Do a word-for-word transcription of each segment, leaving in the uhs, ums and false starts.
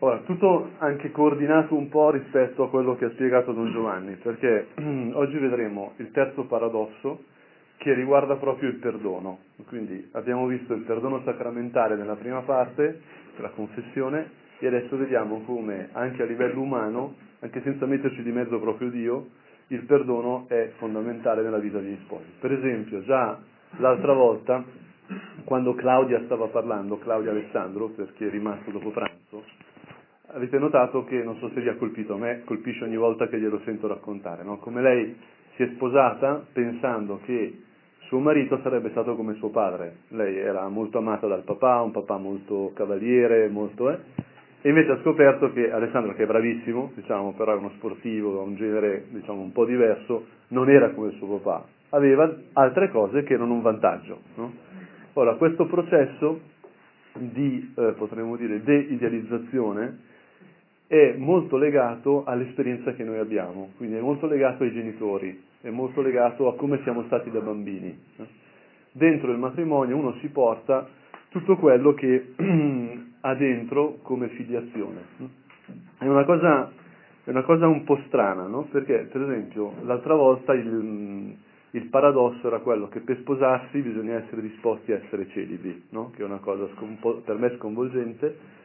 Ora, tutto anche coordinato un po' rispetto a quello che ha spiegato Don Giovanni, perché oggi vedremo il terzo paradosso che riguarda proprio il perdono. Quindi abbiamo visto il perdono sacramentale nella prima parte, la confessione, e adesso vediamo come anche a livello umano, anche senza metterci di mezzo proprio Dio, il perdono è fondamentale nella vita degli sposi. Per esempio, già l'altra volta, quando Claudia stava parlando, Claudia Alessandro, perché è rimasto dopo pranzo, avete notato che, non so se vi ha colpito, a me colpisce ogni volta che glielo sento raccontare, no? Come lei si è sposata pensando che suo marito sarebbe stato come suo padre. Lei era molto amata dal papà, un papà molto cavaliere, molto... Eh, e invece ha scoperto che Alessandro, che è bravissimo, diciamo, però è uno sportivo, ha un genere, diciamo, un po' diverso, non era come suo papà. Aveva altre cose che erano un vantaggio, no? Ora, questo processo di, eh, potremmo dire, deidealizzazione è molto legato all'esperienza che noi abbiamo, quindi è molto legato ai genitori, è molto legato a come siamo stati da bambini. Dentro il matrimonio uno si porta tutto quello che ha dentro come filiazione. È una cosa, è una cosa un po' strana, no? Perché, per esempio, l'altra volta il, il paradosso era quello che per sposarsi bisogna essere disposti a essere celibi, no? Che è una cosa scompo- per me sconvolgente.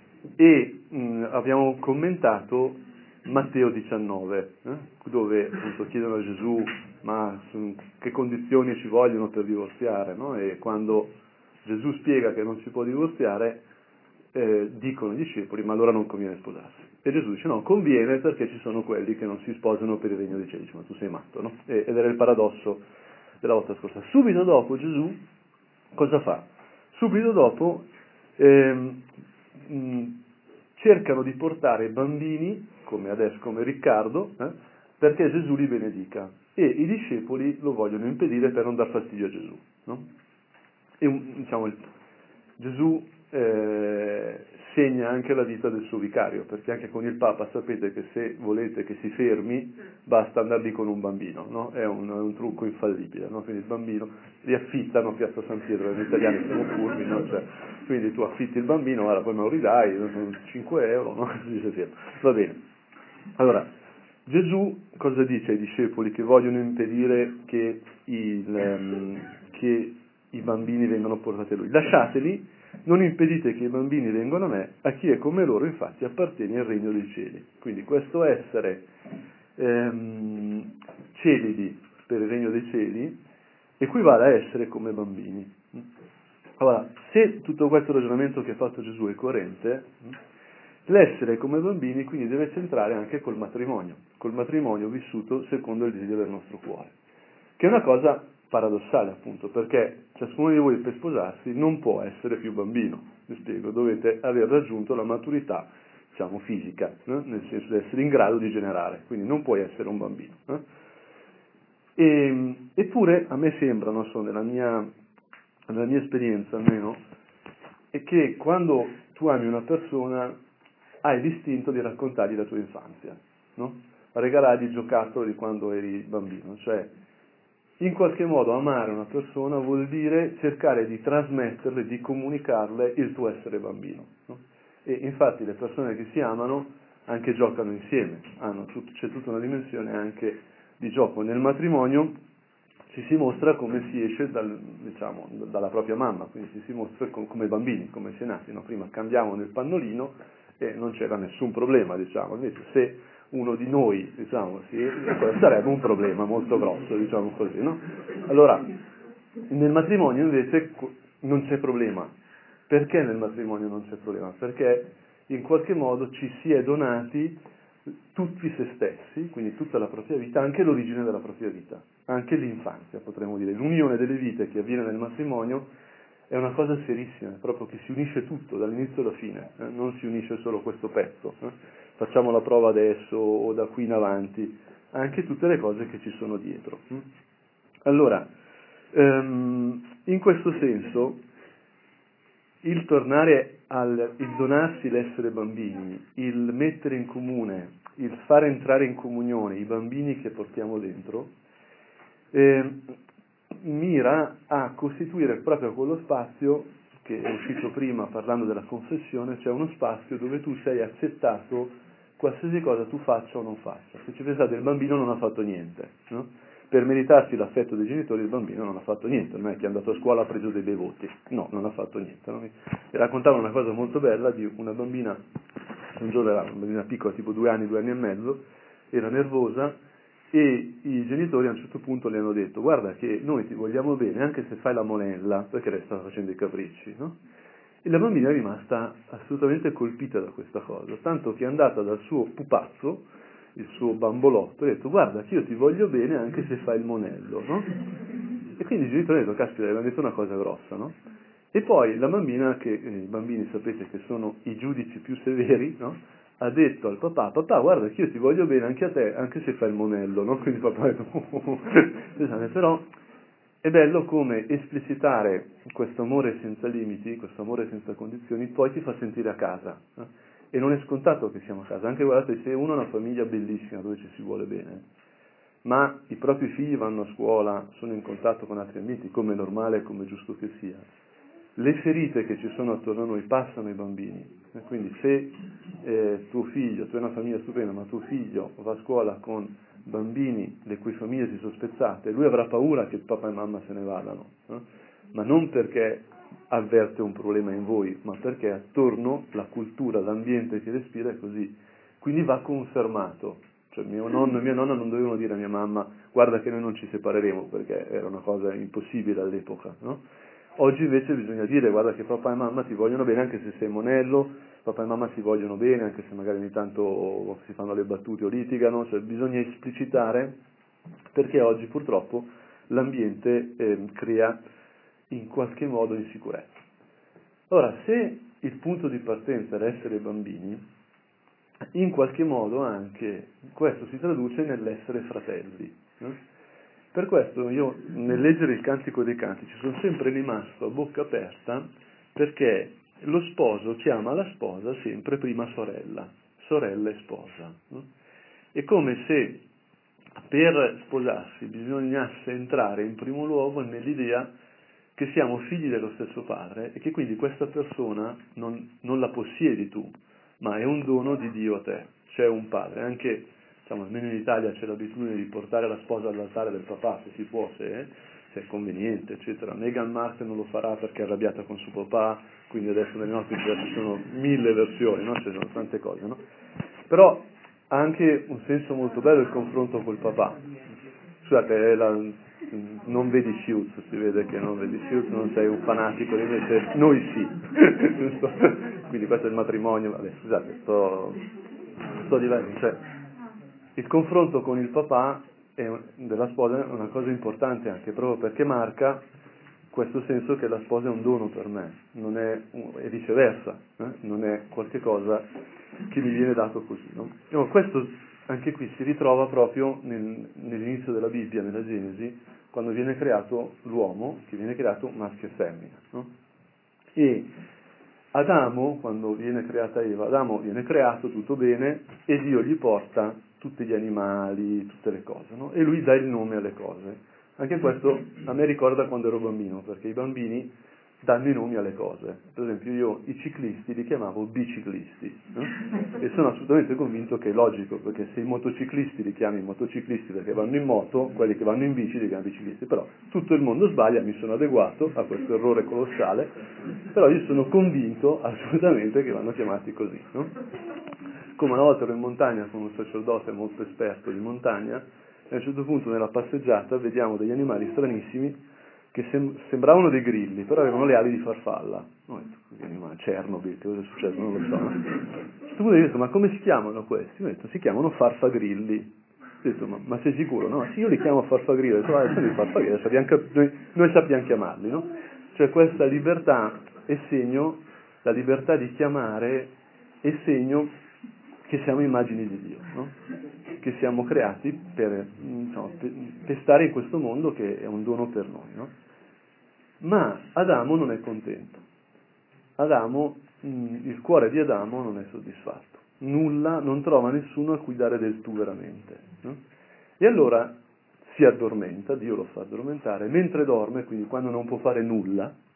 E mh, abbiamo commentato Matteo diciannove, eh, dove appunto chiedono a Gesù ma su che condizioni ci vogliono per divorziare, no? E quando Gesù spiega che non si può divorziare, eh, dicono i discepoli ma allora non conviene sposarsi. E Gesù dice no, conviene perché ci sono quelli che non si sposano per il regno dei cieli. Dice, ma tu sei matto, no? E, ed era il paradosso della volta scorsa. Subito dopo Gesù cosa fa? Subito dopo ehm, mh, cercano di portare bambini, come adesso, come Riccardo, eh, perché Gesù li benedica. E i discepoli lo vogliono impedire per non dar fastidio a Gesù. No? E diciamo, il, Gesù eh, segna anche la vita del suo vicario, perché anche con il Papa sapete che se volete che si fermi basta andare lì con un bambino, no? È un, è un trucco infallibile, no? Quindi il bambino li affittano, Piazza San Pietro, noi italiani siamo furbi, no? Cioè, quindi tu affitti il bambino, guarda, poi me lo ridai, cinque euro, no? Va bene. Allora, Gesù cosa dice ai discepoli che vogliono impedire che, il, um, che i bambini vengano portati a lui? Lasciateli, non impedite che i bambini vengano a me, a chi è come loro infatti appartiene il regno dei cieli. Quindi questo essere ehm, celibi per il regno dei cieli equivale a essere come bambini. Allora, se tutto questo ragionamento che ha fatto Gesù è coerente, l'essere come bambini quindi deve centrare anche col matrimonio, col matrimonio vissuto secondo il desiderio del nostro cuore, che è una cosa paradossale appunto, perché ciascuno di voi per sposarsi non può essere più bambino, vi spiego, dovete aver raggiunto la maturità, diciamo, fisica, no? Nel senso di essere in grado di generare, quindi non puoi essere un bambino. No? E, eppure a me sembra, non so, nella mia, nella mia esperienza almeno, è che quando tu ami una persona hai l'istinto di raccontargli la tua infanzia, no? Regalargli il giocattolo di quando eri bambino, cioè in qualche modo amare una persona vuol dire cercare di trasmetterle, di comunicarle il tuo essere bambino, no? E infatti le persone che si amano anche giocano insieme, hanno tut- c'è tutta una dimensione anche di gioco. Nel matrimonio ci si mostra come si esce dal, diciamo, dalla propria mamma, quindi ci si mostra com- come bambini, come si è nati, no? Prima cambiamo nel pannolino e non c'era nessun problema, diciamo, invece se uno di noi, diciamo, si, sarebbe un problema molto grosso, diciamo così, no? Allora, nel matrimonio invece non c'è problema. Perché nel matrimonio non c'è problema? Perché in qualche modo ci si è donati tutti se stessi, quindi tutta la propria vita, anche l'origine della propria vita, anche l'infanzia, potremmo dire. L'unione delle vite che avviene nel matrimonio è una cosa serissima, proprio che si unisce tutto, dall'inizio alla fine, eh? Non si unisce solo questo pezzo, eh? Facciamo la prova adesso o da qui in avanti, anche tutte le cose che ci sono dietro. Hm? Allora, ehm, in questo senso, il tornare al il donarsi l'essere bambini, il mettere in comune, il fare entrare in comunione i bambini che portiamo dentro, eh, mira a costituire proprio quello spazio che è uscito prima parlando della confessione, c'è uno spazio dove tu sei accettato qualsiasi cosa tu faccia o non faccia. Se ci pensate, il bambino non ha fatto niente, no? Per meritarsi l'affetto dei genitori il bambino non ha fatto niente, non è che è andato a scuola, ha preso dei bei voti, no, non ha fatto niente. No? Mi raccontavano una cosa molto bella di una bambina, un giorno era una bambina piccola, tipo due anni, due anni e mezzo, era nervosa e i genitori a un certo punto le hanno detto: guarda che noi ti vogliamo bene anche se fai la monella, perché lei stava facendo i capricci, no? E la bambina è rimasta assolutamente colpita da questa cosa, tanto che è andata dal suo pupazzo, il suo bambolotto, e ha detto: guarda che io ti voglio bene anche se fai il monello, no? E quindi i genitori hanno detto: caspita, avevano detto una cosa grossa, no? E poi la bambina, che eh, i bambini sapete che sono i giudici più severi, no? Ha detto al papà: papà, guarda che io ti voglio bene anche a te, anche se fai il monello, no? Quindi papà ha detto: oh, oh, oh. Però è bello come esplicitare questo amore senza limiti, questo amore senza condizioni, poi ti fa sentire a casa. No? E non è scontato che siamo a casa. Anche guardate, se uno ha una famiglia bellissima dove ci si vuole bene, ma i propri figli vanno a scuola, sono in contatto con altri amici, come è normale, come è giusto che sia, le ferite che ci sono attorno a noi passano ai bambini. E quindi se eh, tuo figlio, tu hai una famiglia stupenda, ma tuo figlio va a scuola con bambini le cui famiglie si sono spezzate, lui avrà paura che papà e mamma se ne vadano, no? Ma non perché avverte un problema in voi, ma perché attorno la cultura, l'ambiente che respira è così. Quindi va confermato. Cioè mio nonno e mia nonna non dovevano dire a mia mamma: guarda che noi non ci separeremo, perché era una cosa impossibile all'epoca, no? Oggi invece bisogna dire: guarda che papà e mamma ti vogliono bene anche se sei monello, papà e mamma si vogliono bene anche se magari ogni tanto si fanno le battute o litigano, cioè bisogna esplicitare, perché oggi purtroppo l'ambiente eh, crea in qualche modo insicurezza. Ora, se il punto di partenza era essere bambini, in qualche modo anche questo si traduce nell'essere fratelli, no? Per questo io nel leggere il Cantico dei Cantici sono sempre rimasto a bocca aperta, perché lo sposo chiama la sposa sempre prima sorella, sorella e sposa, no? È come se per sposarsi bisognasse entrare in primo luogo nell'idea che siamo figli dello stesso padre e che quindi questa persona non, non la possiedi tu, ma è un dono di Dio a te. C'è un padre, anche diciamo, almeno in Italia c'è l'abitudine di portare la sposa all'altare del papà, se si può, se, se è conveniente, eccetera. Meghan Markle non lo farà perché è arrabbiata con suo papà, quindi adesso nelle nostre ci sono mille versioni, no? Ci sono tante cose, no? Però ha anche un senso molto bello il confronto col papà. Scusate, la, non vedi Suits, si vede che non vedi Suits, non sei un fanatico, invece noi sì. Quindi questo è il matrimonio, vabbè, scusate, sto, sto diverso. Cioè, il confronto con il papà è, della sposa è una cosa importante anche proprio perché marca questo senso che la sposa è un dono per me, non è, e viceversa, eh? Non è qualche cosa che mi viene dato così, no? E questo anche qui si ritrova proprio nel, nell'inizio della Bibbia, nella Genesi, quando viene creato l'uomo, che viene creato maschio e femmina, no? E Adamo, quando viene creata Eva, Adamo viene creato tutto bene e Dio gli porta tutti gli animali, tutte le cose, no? E lui dà il nome alle cose. Anche questo a me ricorda quando ero bambino, perché i bambini danno i nomi alle cose. Per esempio io i ciclisti li chiamavo biciclisti, no? E sono assolutamente convinto che è logico, perché se i motociclisti li chiami motociclisti perché vanno in moto, quelli che vanno in bici li chiami biciclisti. Però tutto il mondo sbaglia, mi sono adeguato a questo errore colossale, però io sono convinto assolutamente che vanno chiamati così, no? Come una volta ero in montagna con un sacerdote molto esperto di montagna, e a un certo punto nella passeggiata vediamo degli animali stranissimi che sem- sembravano dei grilli, però avevano le ali di farfalla. Ho detto, che animali, Chernobyl, che cosa è successo? Non lo so. No? A un certo punto ho detto, ma come si chiamano questi? Ho detto, si chiamano farfagrilli. Ho detto, ma, ma sei sicuro? No, sì, io li chiamo farfagrilli. Ho detto, ah, sono i farfagrilli, sappiamo, noi, noi sappiamo chiamarli, no? Cioè questa libertà è segno, la libertà di chiamare è segno che siamo immagini di Dio, no? Che siamo creati per, insomma, per, per stare in questo mondo che è un dono per noi, no? Ma Adamo non è contento. Adamo, mh, il cuore di Adamo non è soddisfatto. Nulla, non trova nessuno a cui dare del tu veramente, no? E allora si addormenta, Dio lo fa addormentare, mentre dorme, quindi quando non può fare nulla,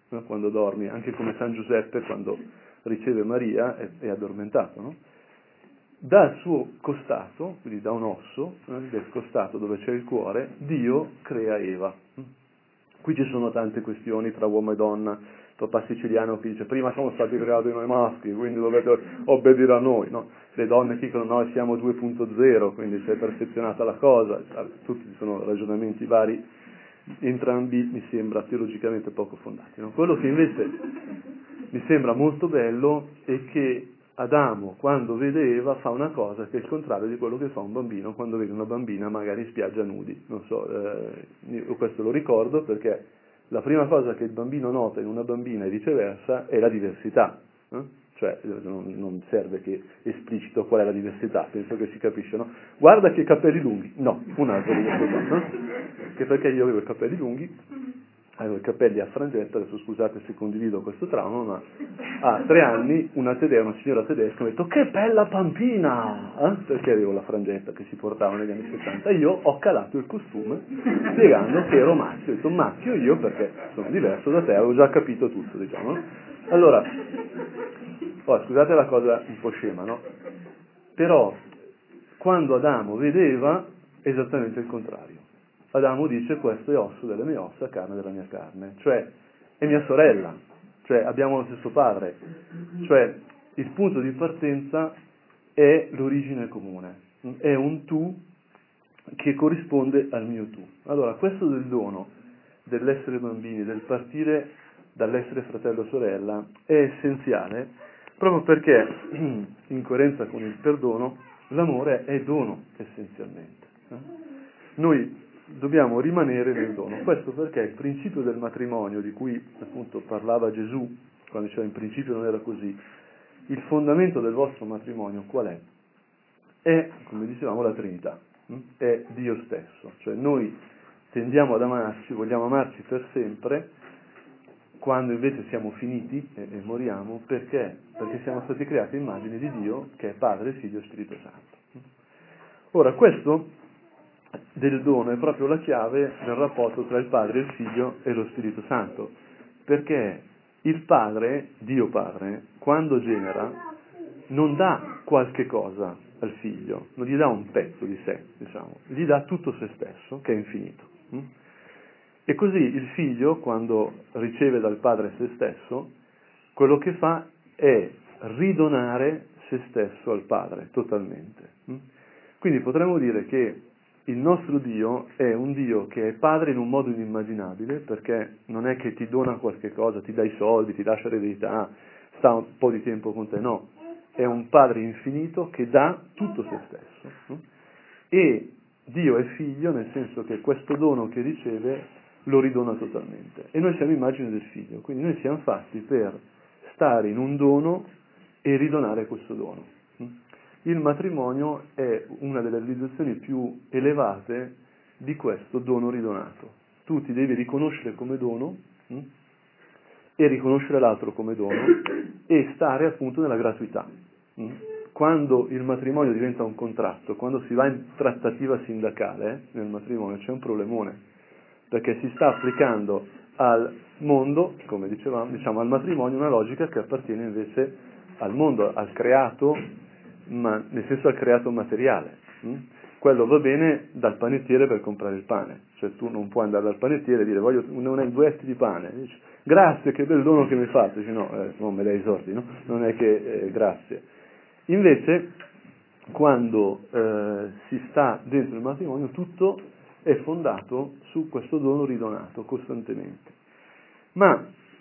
no? Quando dormi, anche come San Giuseppe quando riceve Maria è, è addormentato, no? Dal suo costato, quindi da un osso, eh, del costato dove c'è il cuore, Dio crea Eva. Qui ci sono tante questioni tra uomo e donna. Il papà siciliano che dice prima siamo stati creati noi maschi, quindi dovete obbedire a noi, no? Le donne che dicono noi siamo due punto zero, quindi si è perfezionata la cosa. Tutti sono ragionamenti vari, entrambi mi sembra teologicamente poco fondati, no? Quello che invece mi sembra molto bello è che Adamo, quando vede Eva, fa una cosa che è il contrario di quello che fa un bambino quando vede una bambina magari in spiaggia nudi. Non so, eh, io questo lo ricordo perché la prima cosa che il bambino nota in una bambina e viceversa è la diversità. Eh? Cioè, non, non serve che esplicito qual è la diversità, penso che si capisce, no? Guarda che capelli lunghi. No, un altro diversità, no? Che perché io avevo i capelli lunghi, avevo i capelli a frangetta, adesso scusate se condivido questo trauma, ma a tre anni una tedesca, una signora tedesca mi ha detto che bella pampina, eh? Perché avevo la frangetta che si portava negli anni settanta, e io ho calato il costume spiegando che ero maschio, ho detto maschio io perché sono diverso da te, avevo già capito tutto, diciamo, no? Allora, oh, scusate la cosa un po' scema, no? Però quando Adamo vedeva è esattamente il contrario. Adamo dice questo è osso delle mie ossa, carne della mia carne, cioè è mia sorella, cioè abbiamo lo stesso padre, cioè il punto di partenza è l'origine comune, è un tu che corrisponde al mio tu. Allora questo del dono, dell'essere bambini, del partire dall'essere fratello o sorella è essenziale proprio perché in coerenza con il perdono l'amore è dono essenzialmente. Noi dobbiamo rimanere nel dono. Questo perché il principio del matrimonio, di cui appunto parlava Gesù, quando diceva in principio non era così, il fondamento del vostro matrimonio qual è? È, come dicevamo, la Trinità, è Dio stesso. Cioè noi tendiamo ad amarci, vogliamo amarci per sempre, quando invece siamo finiti e, e moriamo, perché? Perché siamo stati creati a immagine di Dio, che è Padre, Figlio e Spirito Santo. Ora, questo del dono è proprio la chiave nel rapporto tra il Padre, il Figlio e lo Spirito Santo, perché il Padre, Dio Padre, quando genera, non dà qualche cosa al Figlio, non gli dà un pezzo di sé, diciamo, gli dà tutto se stesso, che è infinito. E così il Figlio, quando riceve dal Padre se stesso, quello che fa è ridonare se stesso al Padre, totalmente. Quindi potremmo dire che il nostro Dio è un Dio che è padre in un modo inimmaginabile, perché non è che ti dona qualche cosa, ti dà i soldi, ti lascia l'eredità, sta un po' di tempo con te, no. È un padre infinito che dà tutto se stesso. E Dio è figlio nel senso che questo dono che riceve lo ridona totalmente. E noi siamo immagine del figlio, quindi noi siamo fatti per stare in un dono e ridonare questo dono. Il matrimonio è una delle realizzazioni più elevate di questo dono ridonato. Tu ti devi riconoscere come dono hm? e riconoscere l'altro come dono e stare appunto nella gratuità. Hm? Quando il matrimonio diventa un contratto, quando si va in trattativa sindacale eh, nel matrimonio c'è un problemone, perché si sta applicando al mondo, come dicevamo, diciamo al matrimonio, una logica che appartiene invece al mondo, al creato, ma nel senso al creato materiale. Hm? Quello va bene dal panettiere per comprare il pane, cioè tu non puoi andare dal panettiere e dire voglio un, due etti di pane, dici, grazie che bel dono che mi fate, dici no, eh, non me dai i soldi, no? Non è che eh, grazie. Invece quando eh, si sta dentro il matrimonio tutto è fondato su questo dono ridonato costantemente. Ma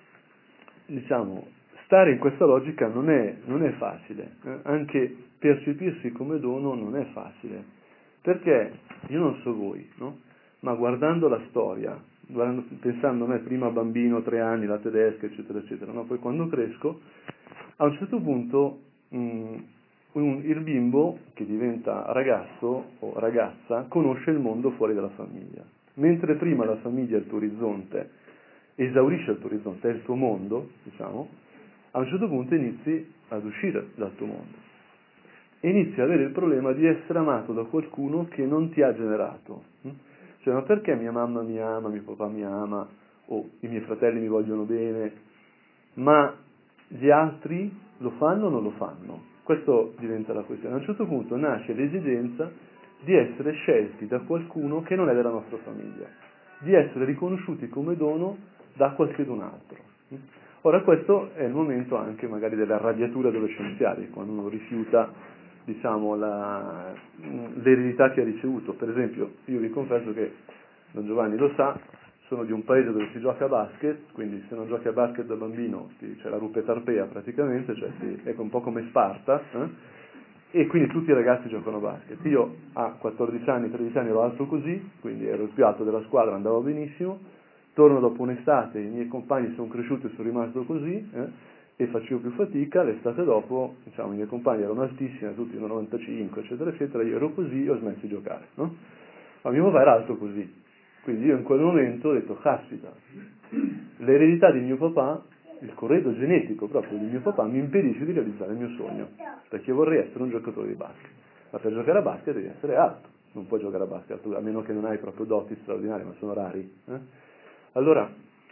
diciamo stare in questa logica non è, non è facile, eh? Anche percepirsi come dono non è facile, perché io non so voi, no? Ma guardando la storia, guardando, pensando a me prima bambino, tre anni, la tedesca, eccetera, eccetera, no? Poi quando cresco, a un certo punto mh, un, il bimbo che diventa ragazzo o ragazza conosce il mondo fuori dalla famiglia, mentre prima la famiglia è il tuo orizzonte, esaurisce il tuo orizzonte, è il tuo mondo, diciamo, a un certo punto inizi ad uscire dal tuo mondo e inizi ad avere il problema di essere amato da qualcuno che non ti ha generato. Cioè, ma perché mia mamma mi ama, mio papà mi ama, o i miei fratelli mi vogliono bene, ma gli altri lo fanno o non lo fanno? Questo diventa la questione. A un certo punto nasce l'esigenza di essere scelti da qualcuno che non è della nostra famiglia, di essere riconosciuti come dono da qualcun altro. Ora questo è il momento anche magari delle arrabbiature adolescenziali, quando uno rifiuta, diciamo, la, l'eredità che ha ricevuto. Per esempio, io vi confesso che, Don Giovanni lo sa, sono di un paese dove si gioca a basket, quindi se non giochi a basket da bambino c'è la rupe tarpea praticamente, cioè si, è un po' come Sparta, eh? E quindi tutti i ragazzi giocano a basket. Io a quattordici anni, tredici anni ero alto così, quindi ero il più alto della squadra, andavo benissimo, torno dopo un'estate, i miei compagni sono cresciuti e sono rimasto così, eh? E facevo più fatica, l'estate dopo, diciamo, i miei compagni erano altissimi, tutti novantacinque, eccetera, eccetera, io ero così e ho smesso di giocare, no? Ma mio papà era alto così. Quindi io in quel momento ho detto, caspita, l'eredità di mio papà, il corredo genetico proprio di mio papà mi impedisce di realizzare il mio sogno, perché io vorrei essere un giocatore di basket. Ma per giocare a basket devi essere alto, non puoi giocare a basket, a meno che non hai proprio doti straordinarie, ma sono rari. Eh? Allora,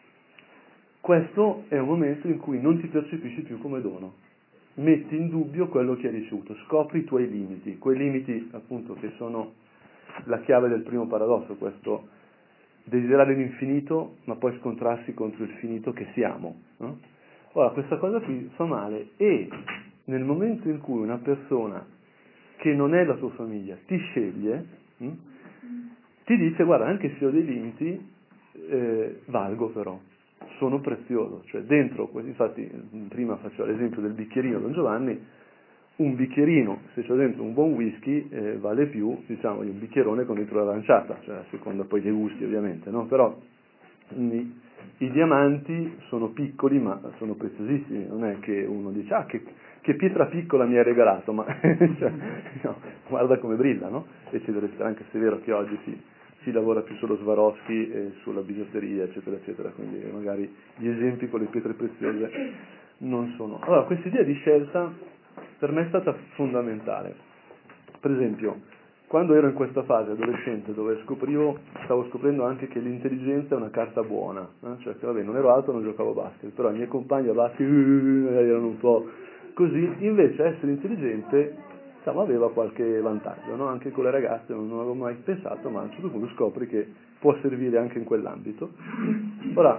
questo è un momento in cui non ti percepisci più come dono, metti in dubbio quello che hai ricevuto, scopri i tuoi limiti, quei limiti appunto che sono la chiave del primo paradosso, questo desiderare l'infinito ma poi scontrarsi contro il finito che siamo, no? Ora questa cosa qui fa male, e nel momento in cui una persona che non è la tua famiglia ti sceglie, hm, ti dice guarda, anche se ho dei limiti eh, valgo, però sono prezioso, cioè dentro, infatti prima facevo l'esempio del bicchierino Don Giovanni, un bicchierino, se c'è dentro un buon whisky, eh, vale più, diciamo, di un bicchierone con dentro l'aranciata, cioè a seconda poi dei gusti ovviamente, no? Però i, i diamanti sono piccoli ma sono preziosissimi, non è che uno dice, ah, che, che pietra piccola mi hai regalato, ma cioè, no, guarda come brilla, no? Eccetera, eccetera, anche se è vero che oggi si, si lavora più sullo Swarovski e sulla bigiotteria, eccetera, eccetera, quindi magari gli esempi con le pietre preziose non sono. Allora, questa idea di scelta per me è stata fondamentale. Per esempio, quando ero in questa fase adolescente dove scoprivo, stavo scoprendo anche che l'intelligenza è una carta buona, eh? Cioè che vabbè, non ero alto, non giocavo a basket, però i miei compagni a basket uh, erano un po' così, invece essere intelligente, diciamo, aveva qualche vantaggio, no? Anche con le ragazze non, non avevo mai pensato, ma a un certo punto scopri che può servire anche in quell'ambito. Ora,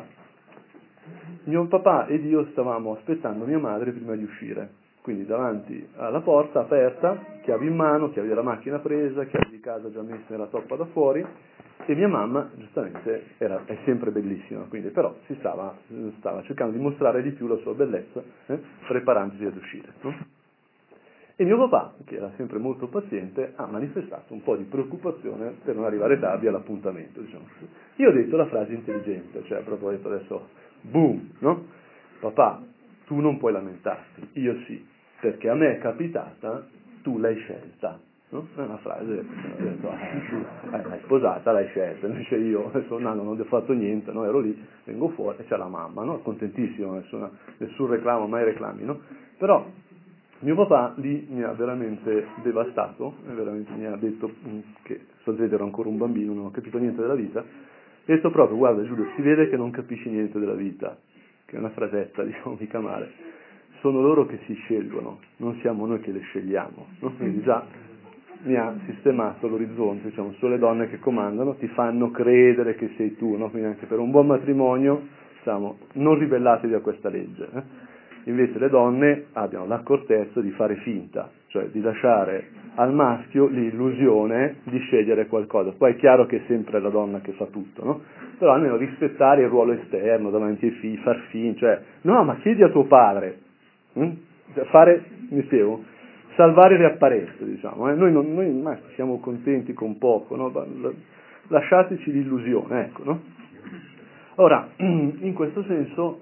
mio papà ed io stavamo aspettando mia madre prima di uscire. Quindi davanti alla porta aperta, chiavi in mano, chiavi della macchina presa, chiavi di casa già messe nella toppa da fuori, e mia mamma, giustamente, era, è sempre bellissima, quindi però si stava, stava cercando di mostrare di più la sua bellezza, eh, preparandosi ad uscire. No? E mio papà, che era sempre molto paziente, ha manifestato un po' di preoccupazione per non arrivare tardi all'appuntamento. Diciamo. Io ho detto la frase intelligente, cioè proprio ho detto adesso, boom, no? Papà, tu non puoi lamentarti, io sì, perché a me è capitata, tu l'hai scelta. No? È una frase, ho detto, ah, l'hai sposata, l'hai scelta, invece io adesso no, non ho fatto niente, no? Ero lì, vengo fuori e c'è la mamma, no? Contentissimo, nessuna, nessun reclamo, mai reclami, no? Però mio papà lì mi ha veramente devastato, veramente mi ha detto che so ero ancora un bambino, non ho capito niente della vita, e ha detto proprio, guarda Giulio, si vede che non capisci niente della vita, che è una frasetta, diciamo, mica male, sono loro che si scelgono, non siamo noi che le scegliamo, no? Quindi già mi ha sistemato l'orizzonte, diciamo, sono le donne che comandano, ti fanno credere che sei tu, no? Quindi anche per un buon matrimonio, diciamo, non ribellatevi a questa legge, eh? Invece le donne abbiano l'accortezza di fare finta, cioè di lasciare al maschio l'illusione di scegliere qualcosa. Poi è chiaro che è sempre la donna che fa tutto, no? Però almeno rispettare il ruolo esterno davanti ai figli, far finta, cioè, no, ma chiedi a tuo padre, hm? Cioè, fare, mi spiego, salvare le apparenze, diciamo. Eh? Noi, non, noi ma siamo contenti con poco, no? Lasciateci l'illusione, ecco, no? Ora, in questo senso,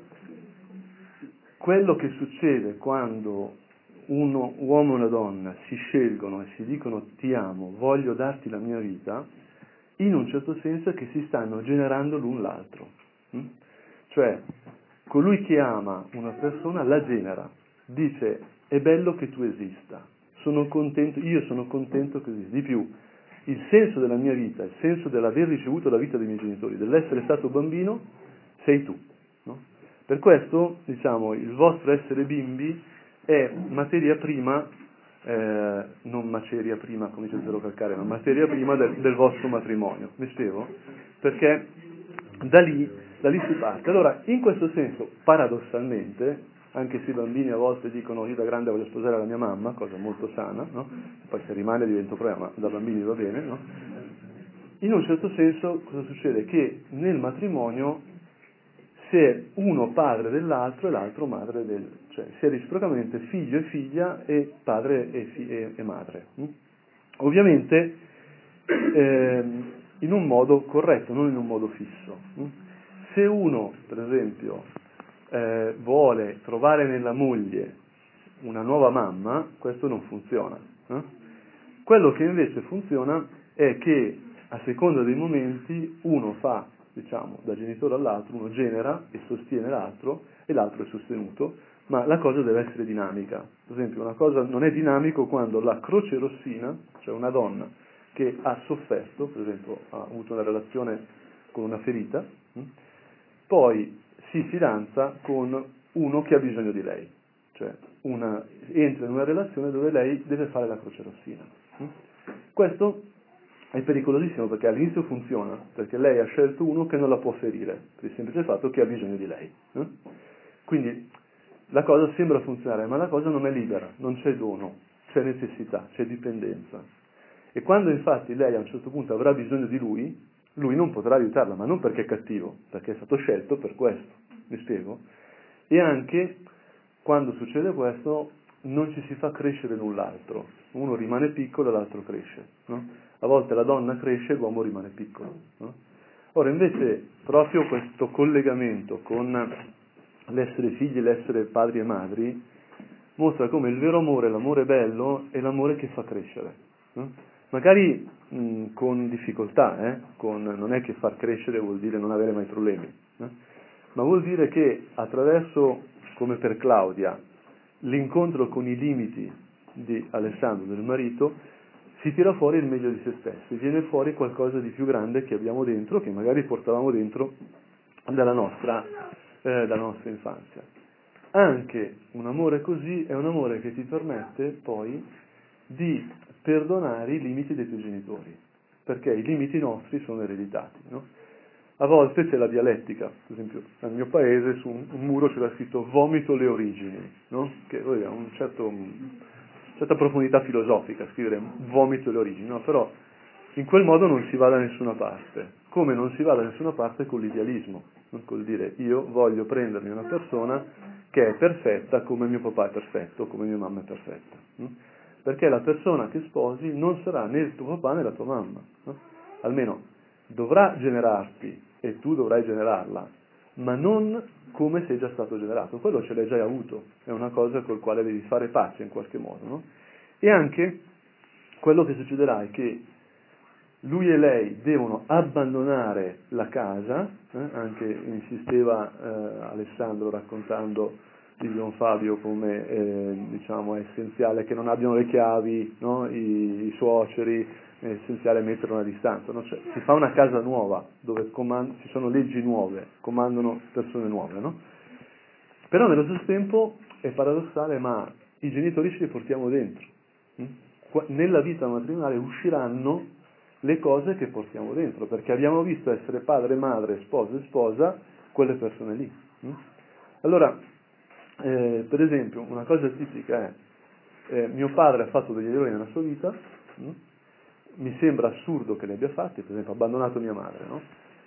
quello che succede quando uno, uomo e una donna si scelgono e si dicono ti amo, voglio darti la mia vita, in un certo senso è che si stanno generando l'un l'altro. Mm? Cioè, colui che ama una persona la genera, dice è bello che tu esista, sono contento, io sono contento che esisti. Di più, il senso della mia vita, il senso dell'aver ricevuto la vita dei miei genitori, dell'essere stato bambino, sei tu. No? Per questo, diciamo, il vostro essere bimbi è materia prima, eh, non materia prima, come dice Zero Calcare, ma materia prima del, del vostro matrimonio. Mi spiego? Perché da lì, da lì si parte. Allora, in questo senso, paradossalmente, anche se i bambini a volte dicono io da grande voglio sposare la mia mamma, cosa molto sana, no? Poi se rimane diventa un problema, ma da bambini va bene, no? In un certo senso cosa succede? Che nel matrimonio si è uno padre dell'altro e l'altro madre del, cioè si è reciprocamente figlio e figlia e padre e, fi- e, e madre. Hm? Ovviamente ehm, in un modo corretto, non in un modo fisso. Hm? Se uno, per esempio, eh, vuole trovare nella moglie una nuova mamma, questo non funziona. Eh? Quello che invece funziona è che a seconda dei momenti uno fa, diciamo, da genitore all'altro, uno genera e sostiene l'altro e l'altro è sostenuto, ma la cosa deve essere dinamica. Per esempio, una cosa non è dinamico quando la croce rossina, cioè una donna che ha sofferto, per esempio ha avuto una relazione con una ferita, hm? poi si fidanza con uno che ha bisogno di lei, cioè una, entra in una relazione dove lei deve fare la croce rossina. Hm? Questo è pericolosissimo perché all'inizio funziona, perché lei ha scelto uno che non la può ferire, per il semplice fatto che ha bisogno di lei. Eh? Quindi la cosa sembra funzionare, ma la cosa non è libera, non c'è dono, c'è necessità, c'è dipendenza. E quando infatti lei a un certo punto avrà bisogno di lui, lui non potrà aiutarla, ma non perché è cattivo, perché è stato scelto per questo, mi spiego? E anche quando succede questo non ci si fa crescere null'altro, uno rimane piccolo e l'altro cresce, no? A volte la donna cresce e l'uomo rimane piccolo. No? Ora invece proprio questo collegamento con l'essere figli, l'essere padri e madri, mostra come il vero amore, l'amore bello, è l'amore che fa crescere. No? Magari mh, con difficoltà, eh? con, non è che far crescere vuol dire non avere mai problemi, eh? ma vuol dire che attraverso, come per Claudia, l'incontro con i limiti di Alessandro, del marito, si tira fuori il meglio di se stessi, viene fuori qualcosa di più grande che abbiamo dentro, che magari portavamo dentro dalla nostra, eh, dalla nostra infanzia. Anche un amore così è un amore che ti permette poi di perdonare i limiti dei tuoi genitori, perché i limiti nostri sono ereditati, no? A volte c'è la dialettica, per esempio nel mio paese su un, un muro c'era scritto vomito le origini, no? Che ha un certo, una certa profondità filosofica scrivere vomito le origini, no? Però in quel modo non si va da nessuna parte, come non si va da nessuna parte con l'idealismo, non col dire io voglio prendermi una persona che è perfetta come mio papà è perfetto, come mia mamma è perfetta, no? Perché la persona che sposi non sarà né il tuo papà né la tua mamma, no? Almeno dovrà generarti e tu dovrai generarla, ma non come sei già stato generato, quello ce l'hai già avuto, è una cosa col quale devi fare pace in qualche modo, no? E anche quello che succederà è che lui e lei devono abbandonare la casa, eh? Anche insisteva eh, Alessandro raccontando di Don Fabio come eh, diciamo, è essenziale che non abbiano le chiavi, no? I, i suoceri, è essenziale mettere una distanza, no? Cioè, si fa una casa nuova dove comand- ci sono leggi nuove, comandano persone nuove, no? Però nello stesso tempo è paradossale, ma i genitori ce li portiamo dentro. Hm? Qua- nella vita matrimoniale usciranno le cose che portiamo dentro, perché abbiamo visto essere padre, madre, sposo e sposa quelle persone lì. Hm? Allora, eh, per esempio, una cosa tipica è eh, mio padre ha fatto degli errori nella sua vita, hm? Mi sembra assurdo che li abbia fatti, per esempio ha abbandonato mia madre, no?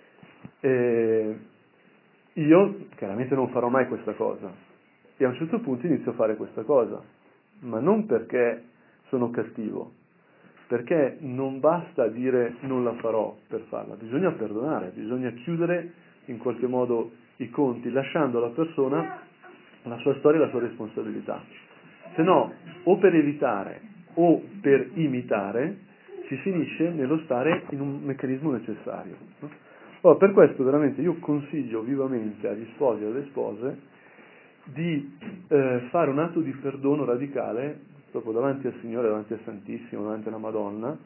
E io chiaramente non farò mai questa cosa e a un certo punto inizio a fare questa cosa, ma non perché sono cattivo, perché non basta dire non la farò per farla, bisogna perdonare, bisogna chiudere in qualche modo i conti, lasciando alla persona la sua storia e la sua responsabilità. Se no, o per evitare o per imitare, si finisce nello stare in un meccanismo necessario. No? Allora, per questo veramente io consiglio vivamente agli sposi e alle spose di eh, fare un atto di perdono radicale, proprio davanti al Signore, davanti al Santissimo, davanti alla Madonna,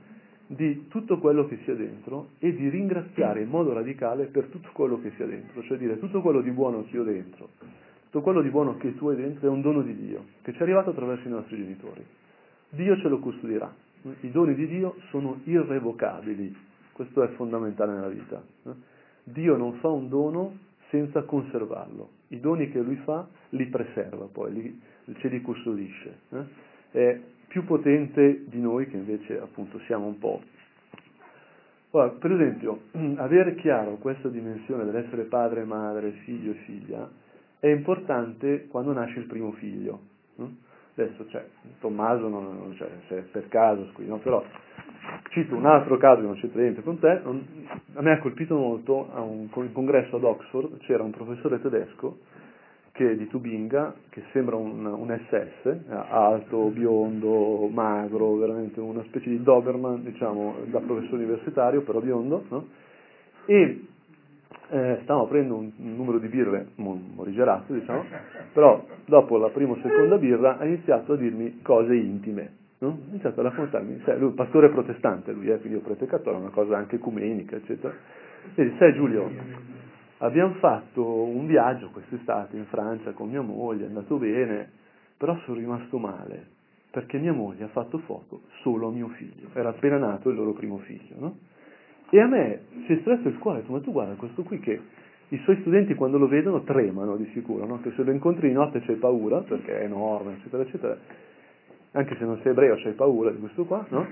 di tutto quello che sia dentro e di ringraziare in modo radicale per tutto quello che sia dentro, cioè dire tutto quello di buono che io ho dentro, tutto quello di buono che tu hai dentro è un dono di Dio, che ci è arrivato attraverso i nostri genitori. Dio ce lo custodirà. I doni di Dio sono irrevocabili, questo è fondamentale nella vita. Dio non fa un dono senza conservarlo, i doni che Lui fa li preserva poi, li, ce li custodisce. È più potente di noi che invece appunto siamo un po'. Ora, per esempio, avere chiaro questa dimensione dell'essere padre, madre, figlio e figlia è importante quando nasce il primo figlio. Adesso c'è, Tommaso non, non c'è, se per caso, qui, no? Però cito un altro caso che non c'entra niente con te, non, a me ha colpito molto, a un congresso ad Oxford c'era un professore tedesco che, di Tubinga, che sembra un, un S S, alto, biondo, magro, veramente una specie di Doberman, diciamo, da professore universitario, però biondo, no? E eh, stavamo prendendo un, un numero di birre morigerato, diciamo, però dopo la prima o seconda birra ha iniziato a dirmi cose intime, no? Ha iniziato a raccontarmi, sai, lui è pastore protestante, lui è figlio prete cattolico, una cosa anche ecumenica, eccetera. E dice, sai Giulio, abbiamo fatto un viaggio quest'estate in Francia con mia moglie, è andato bene, però sono rimasto male, perché mia moglie ha fatto foto solo a mio figlio, era appena nato il loro primo figlio, no? E a me si è stretto il cuore, ho detto, ma tu guarda questo qui che i suoi studenti quando lo vedono tremano di sicuro, no? Che se lo incontri di notte c'hai paura, perché è enorme, eccetera, eccetera, anche se non sei ebreo c'hai paura di questo qua, no?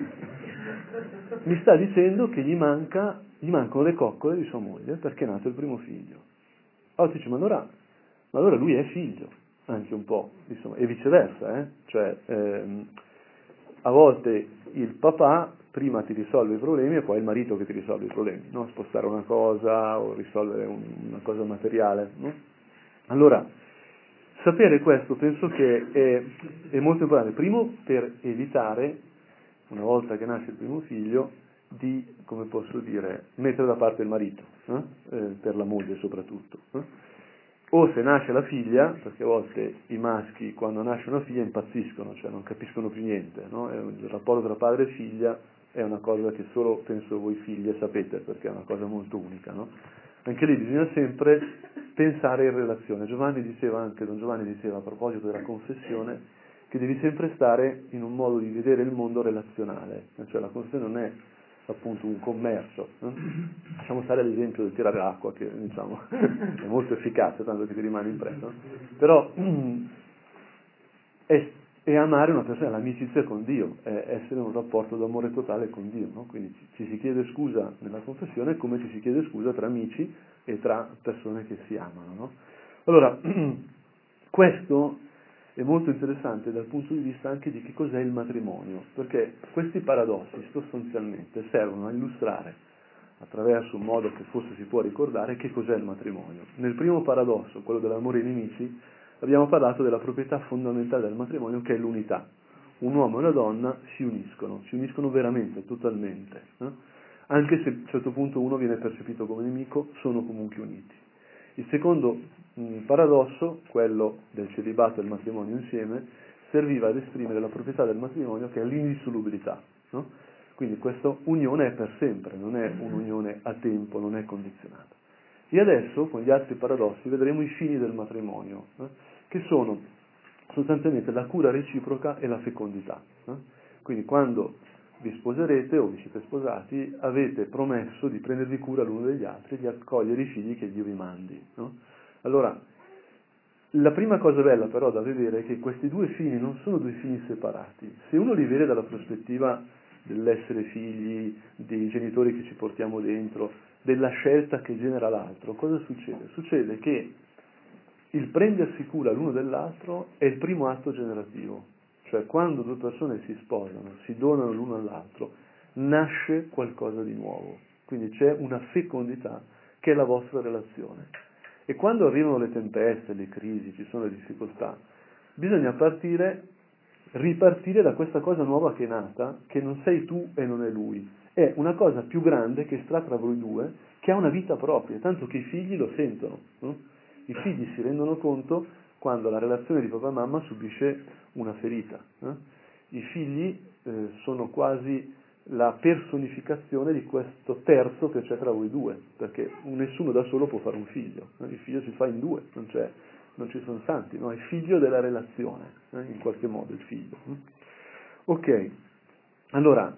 Mi sta dicendo che gli manca, gli mancano le coccole di sua moglie perché è nato il primo figlio. Allora dice, ma allora, ma allora lui è figlio, anche un po', insomma, e viceversa, eh? Cioè, ehm, a volte il papà prima ti risolve i problemi e poi è il marito che ti risolve i problemi, no? Spostare una cosa o risolvere un, una cosa materiale, no? Allora, sapere questo penso che è, è molto importante, primo per evitare, una volta che nasce il primo figlio, di, come posso dire, mettere da parte il marito, eh? Eh, per la moglie soprattutto. Eh? O se nasce la figlia, perché a volte i maschi quando nasce una figlia impazziscono, cioè non capiscono più niente, no? Il rapporto tra padre e figlia è una cosa che solo, penso, voi figlie sapete, perché è una cosa molto unica, no? Anche lì bisogna sempre pensare in relazione. Giovanni diceva anche, Don Giovanni diceva a proposito della confessione, che devi sempre stare in un modo di vedere il mondo relazionale, cioè la confessione non è appunto un commercio, no? Lasciamo stare l'esempio del tirare l'acqua che diciamo è molto efficace, tanto che ti rimane impresso, no? Però è, è amare una persona, l'amicizia con Dio, è essere in un rapporto d'amore totale con Dio, no? Quindi ci, ci si chiede scusa nella confessione come ci si chiede scusa tra amici e tra persone che si amano, no? Allora, questo è molto interessante dal punto di vista anche di che cos'è il matrimonio, perché questi paradossi sostanzialmente servono a illustrare, attraverso un modo che forse si può ricordare, che cos'è il matrimonio. Nel primo paradosso, quello dell'amore ai nemici, abbiamo parlato della proprietà fondamentale del matrimonio, che è l'unità. Un uomo e una donna si uniscono, si uniscono veramente, totalmente. Eh? Anche se a un certo punto uno viene percepito come nemico, sono comunque uniti. Il secondo mh, paradosso, quello del celibato e del matrimonio insieme, serviva ad esprimere la proprietà del matrimonio, che è l'indissolubilità, no? Quindi questa unione è per sempre, non è un'unione a tempo, non è condizionata. E adesso, con gli altri paradossi, vedremo i fini del matrimonio, eh, che sono sostanzialmente la cura reciproca e la fecondità. Eh? Quindi quando vi sposerete o vi siete sposati, avete promesso di prendervi cura l'uno degli altri e di accogliere i figli che Dio vi mandi, no? Allora, la prima cosa bella però da vedere è che questi due fini non sono due fini separati. Se uno li vede dalla prospettiva dell'essere figli, dei genitori che ci portiamo dentro, della scelta che genera l'altro, cosa succede? Succede che il prendersi cura l'uno dell'altro è il primo atto generativo. Cioè quando due persone si sposano, si donano l'uno all'altro, nasce qualcosa di nuovo. Quindi c'è una fecondità che è la vostra relazione. E quando arrivano le tempeste, le crisi, ci sono le difficoltà, bisogna partire, ripartire da questa cosa nuova che è nata, che non sei tu e non è lui. È una cosa più grande che sta tra voi due, che ha una vita propria, tanto che i figli lo sentono. No? I figli si rendono conto quando la relazione di papà e mamma subisce una ferita. Eh? I figli eh, sono quasi la personificazione di questo terzo che c'è tra voi due, perché nessuno da solo può fare un figlio, no? Il figlio si fa in due, non, c'è, non ci sono santi, no? È figlio della relazione, eh? In qualche modo il figlio. Ok, allora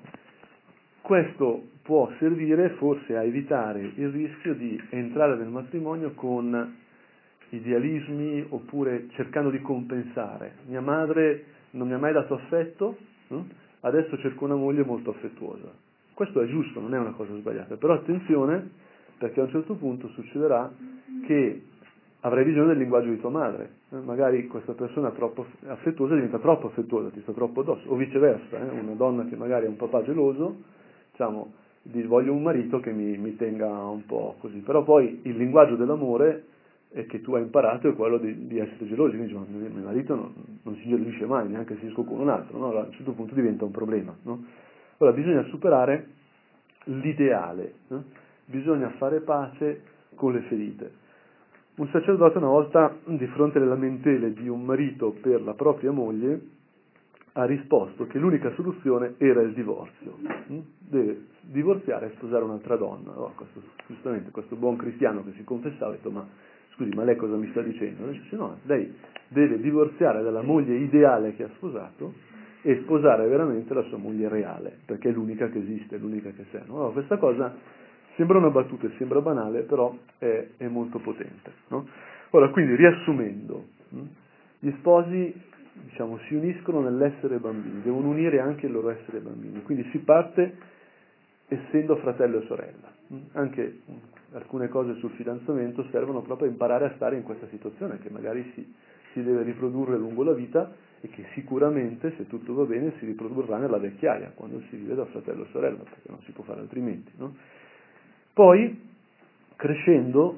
questo può servire forse a evitare il rischio di entrare nel matrimonio con idealismi oppure cercando di compensare. Mia madre non mi ha mai dato affetto, no? Adesso cerco una moglie molto affettuosa. Questo è giusto, non è una cosa sbagliata, però attenzione, perché a un certo punto succederà che avrai bisogno del linguaggio di tua madre. Eh? Magari questa persona troppo affettuosa diventa troppo affettuosa, ti sta troppo addosso, o viceversa, eh? Una donna che magari ha un papà geloso, diciamo, di, voglio un marito che mi, mi tenga un po' così, però poi il linguaggio dell'amore è che tu hai imparato è quello di, di essere gelosi, quindi dici, ma mio marito non, non si ingelosisce mai, neanche se esco con un altro, no? Allora, a un certo punto diventa un problema, no? Allora bisogna superare l'ideale, no? Bisogna fare pace con le ferite. Un sacerdote una volta, di fronte alle lamentele di un marito per la propria moglie, ha risposto che l'unica soluzione era il divorzio. Deve divorziare e sposare un'altra donna. Oh, questo, giustamente questo buon cristiano che si confessava ha detto, ma scusi, ma lei cosa mi sta dicendo? E dice, no, lei deve divorziare dalla moglie ideale che ha sposato e sposare veramente la sua moglie reale, perché è l'unica che esiste, è l'unica che c'è. No? Allora, questa cosa sembra una battuta e sembra banale, però è, è molto potente. No? Ora, quindi, riassumendo, gli sposi, diciamo, si uniscono nell'essere bambini, devono unire anche il loro essere bambini, quindi si parte essendo fratello e sorella. Anche alcune cose sul fidanzamento servono proprio a imparare a stare in questa situazione, che magari si, si deve riprodurre lungo la vita e che sicuramente, se tutto va bene, si riprodurrà nella vecchiaia, quando si vive da fratello e sorella, perché non si può fare altrimenti. No? Poi, crescendo,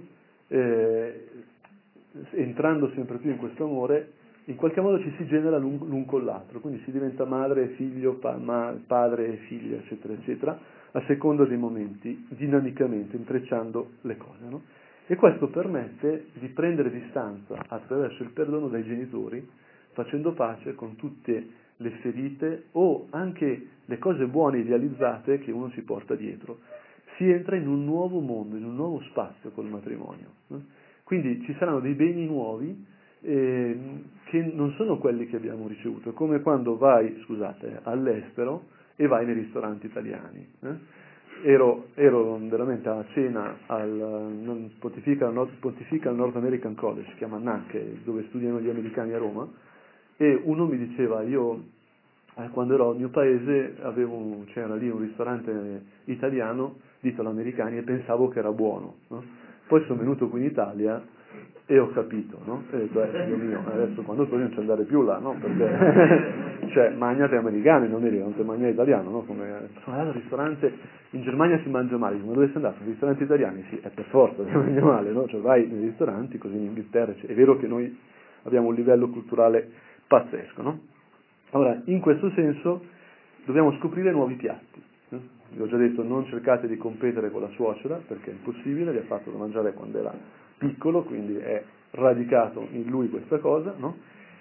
eh, entrando sempre più in questo amore, in qualche modo ci si genera l'un, l'un con l'altro, quindi si diventa madre e figlio, pa, ma, padre e figlia, eccetera, eccetera, a seconda dei momenti, dinamicamente, intrecciando le cose. No? E questo permette di prendere distanza attraverso il perdono dai genitori, facendo pace con tutte le ferite o anche le cose buone idealizzate che uno si porta dietro. Si entra in un nuovo mondo, in un nuovo spazio col matrimonio. No? Quindi ci saranno dei beni nuovi eh, che non sono quelli che abbiamo ricevuto. È come quando vai, scusate, all'estero e vai nei ristoranti italiani. Eh? Ero, ero veramente a cena al Pontifical North, Pontifical North American College, si chiama N A C, dove studiano gli americani a Roma, e uno mi diceva, io eh, quando ero al mio paese avevo, c'era lì un ristorante italiano di italo-americani e pensavo che era buono, no? Poi sono venuto qui in Italia e ho capito, no? E ho detto, eh, Dio mio, adesso quando torni non c'è andare più là, no? Perché, cioè, magnate americani, non eri, non ti mangia italiano, no? Come, sono andato al ristorante, in Germania si mangia male, come dove sei andato? Nei ristoranti italiani? Sì, è per forza, si mangia male, no? Cioè, vai nei ristoranti, così in Inghilterra, cioè, è vero che noi abbiamo un livello culturale pazzesco, no? Allora, in questo senso, dobbiamo scoprire nuovi piatti. Eh? Vi ho già detto, non cercate di competere con la suocera, perché è impossibile, gli ha fatto da mangiare quando era piccolo, quindi è radicato in lui questa cosa, no?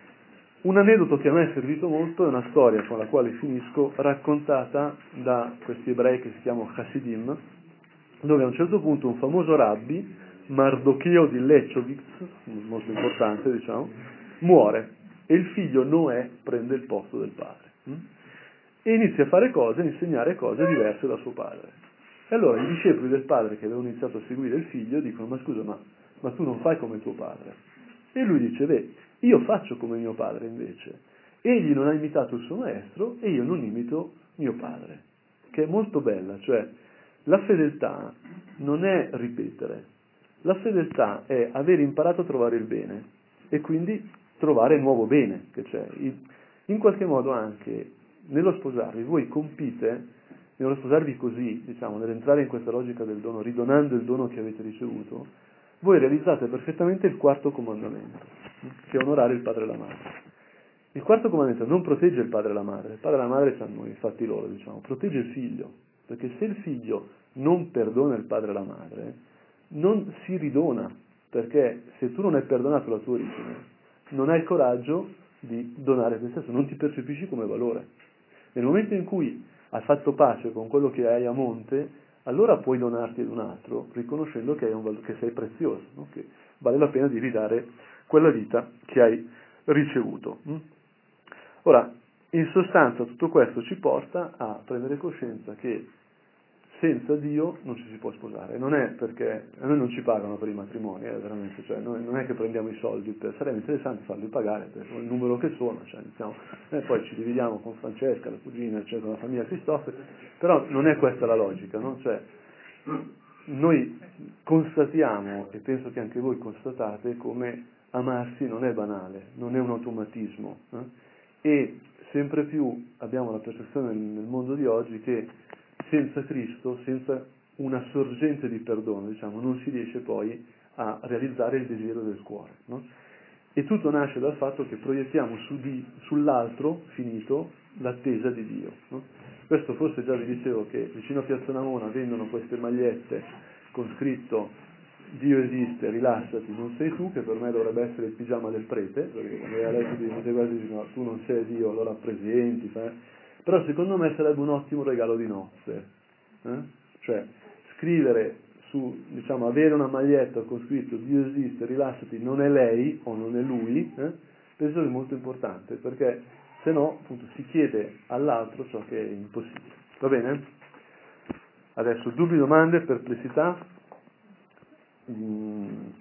Un aneddoto che a me è servito molto è una storia con la quale finisco, raccontata da questi ebrei che si chiamano Hasidim, dove a un certo punto un famoso rabbi, Mardocheo di Lechovitz, molto importante diciamo, muore e il figlio Noè prende il posto del padre. Hm? E inizia a fare cose, a insegnare cose diverse da suo padre. E allora i discepoli del padre che avevano iniziato a seguire il figlio dicono, ma scusa, ma, ma tu non fai come tuo padre? E lui dice, beh, io faccio come mio padre invece. Egli non ha imitato il suo maestro e io non imito mio padre. Che è molto bella, cioè la fedeltà non è ripetere, la fedeltà è aver imparato a trovare il bene e quindi trovare il nuovo bene che c'è. In qualche modo anche nello sposarvi, voi compite, nello sposarvi così, diciamo, nell'entrare in questa logica del dono, ridonando il dono che avete ricevuto, voi realizzate perfettamente il quarto comandamento, che è onorare il padre e la madre. Il quarto comandamento non protegge il padre e la madre, il padre e la madre hanno i fatti loro, diciamo, protegge il figlio, perché se il figlio non perdona il padre e la madre, non si ridona, perché se tu non hai perdonato la tua origine, non hai il coraggio di donare te stesso, non ti percepisci come valore. Nel momento in cui hai fatto pace con quello che hai a monte, allora puoi donarti ad un altro, riconoscendo che, hai un val- che sei prezioso, no? Che vale la pena di ridare quella vita che hai ricevuto. hm? Ora, in sostanza tutto questo ci porta a prendere coscienza che senza Dio non ci si può sposare. Non è perché a noi non ci pagano per i matrimoni, eh, veramente, cioè noi non è che prendiamo i soldi, per, sarebbe interessante farli pagare per il numero che sono, cioè, iniziamo, eh, poi ci dividiamo con Francesca, la cugina, eccetera, con la famiglia Cristoforo, però non è questa la logica, no? Cioè, noi constatiamo, e penso che anche voi constatate, come amarsi non è banale, non è un automatismo, eh? E sempre più abbiamo la percezione nel mondo di oggi che senza Cristo, senza una sorgente di perdono, diciamo, non si riesce poi a realizzare il desiderio del cuore, no? E tutto nasce dal fatto che proiettiamo su di, sull'altro, finito, l'attesa di Dio, no? Questo forse già vi dicevo che vicino a Piazza Navona vendono queste magliette con scritto Dio esiste, rilassati, non sei tu, che per me dovrebbe essere il pigiama del prete, perché quando hai letto di queste cose dici no, tu non sei Dio, lo rappresenti, fai... però secondo me sarebbe un ottimo regalo di nozze, eh? Cioè scrivere su, diciamo, avere una maglietta con scritto Dio esiste, rilassati, non è lei o non è lui, eh? Penso che è molto importante, perché se no appunto si chiede all'altro ciò che è impossibile. Va bene? Adesso dubbi, domande, perplessità? Mm.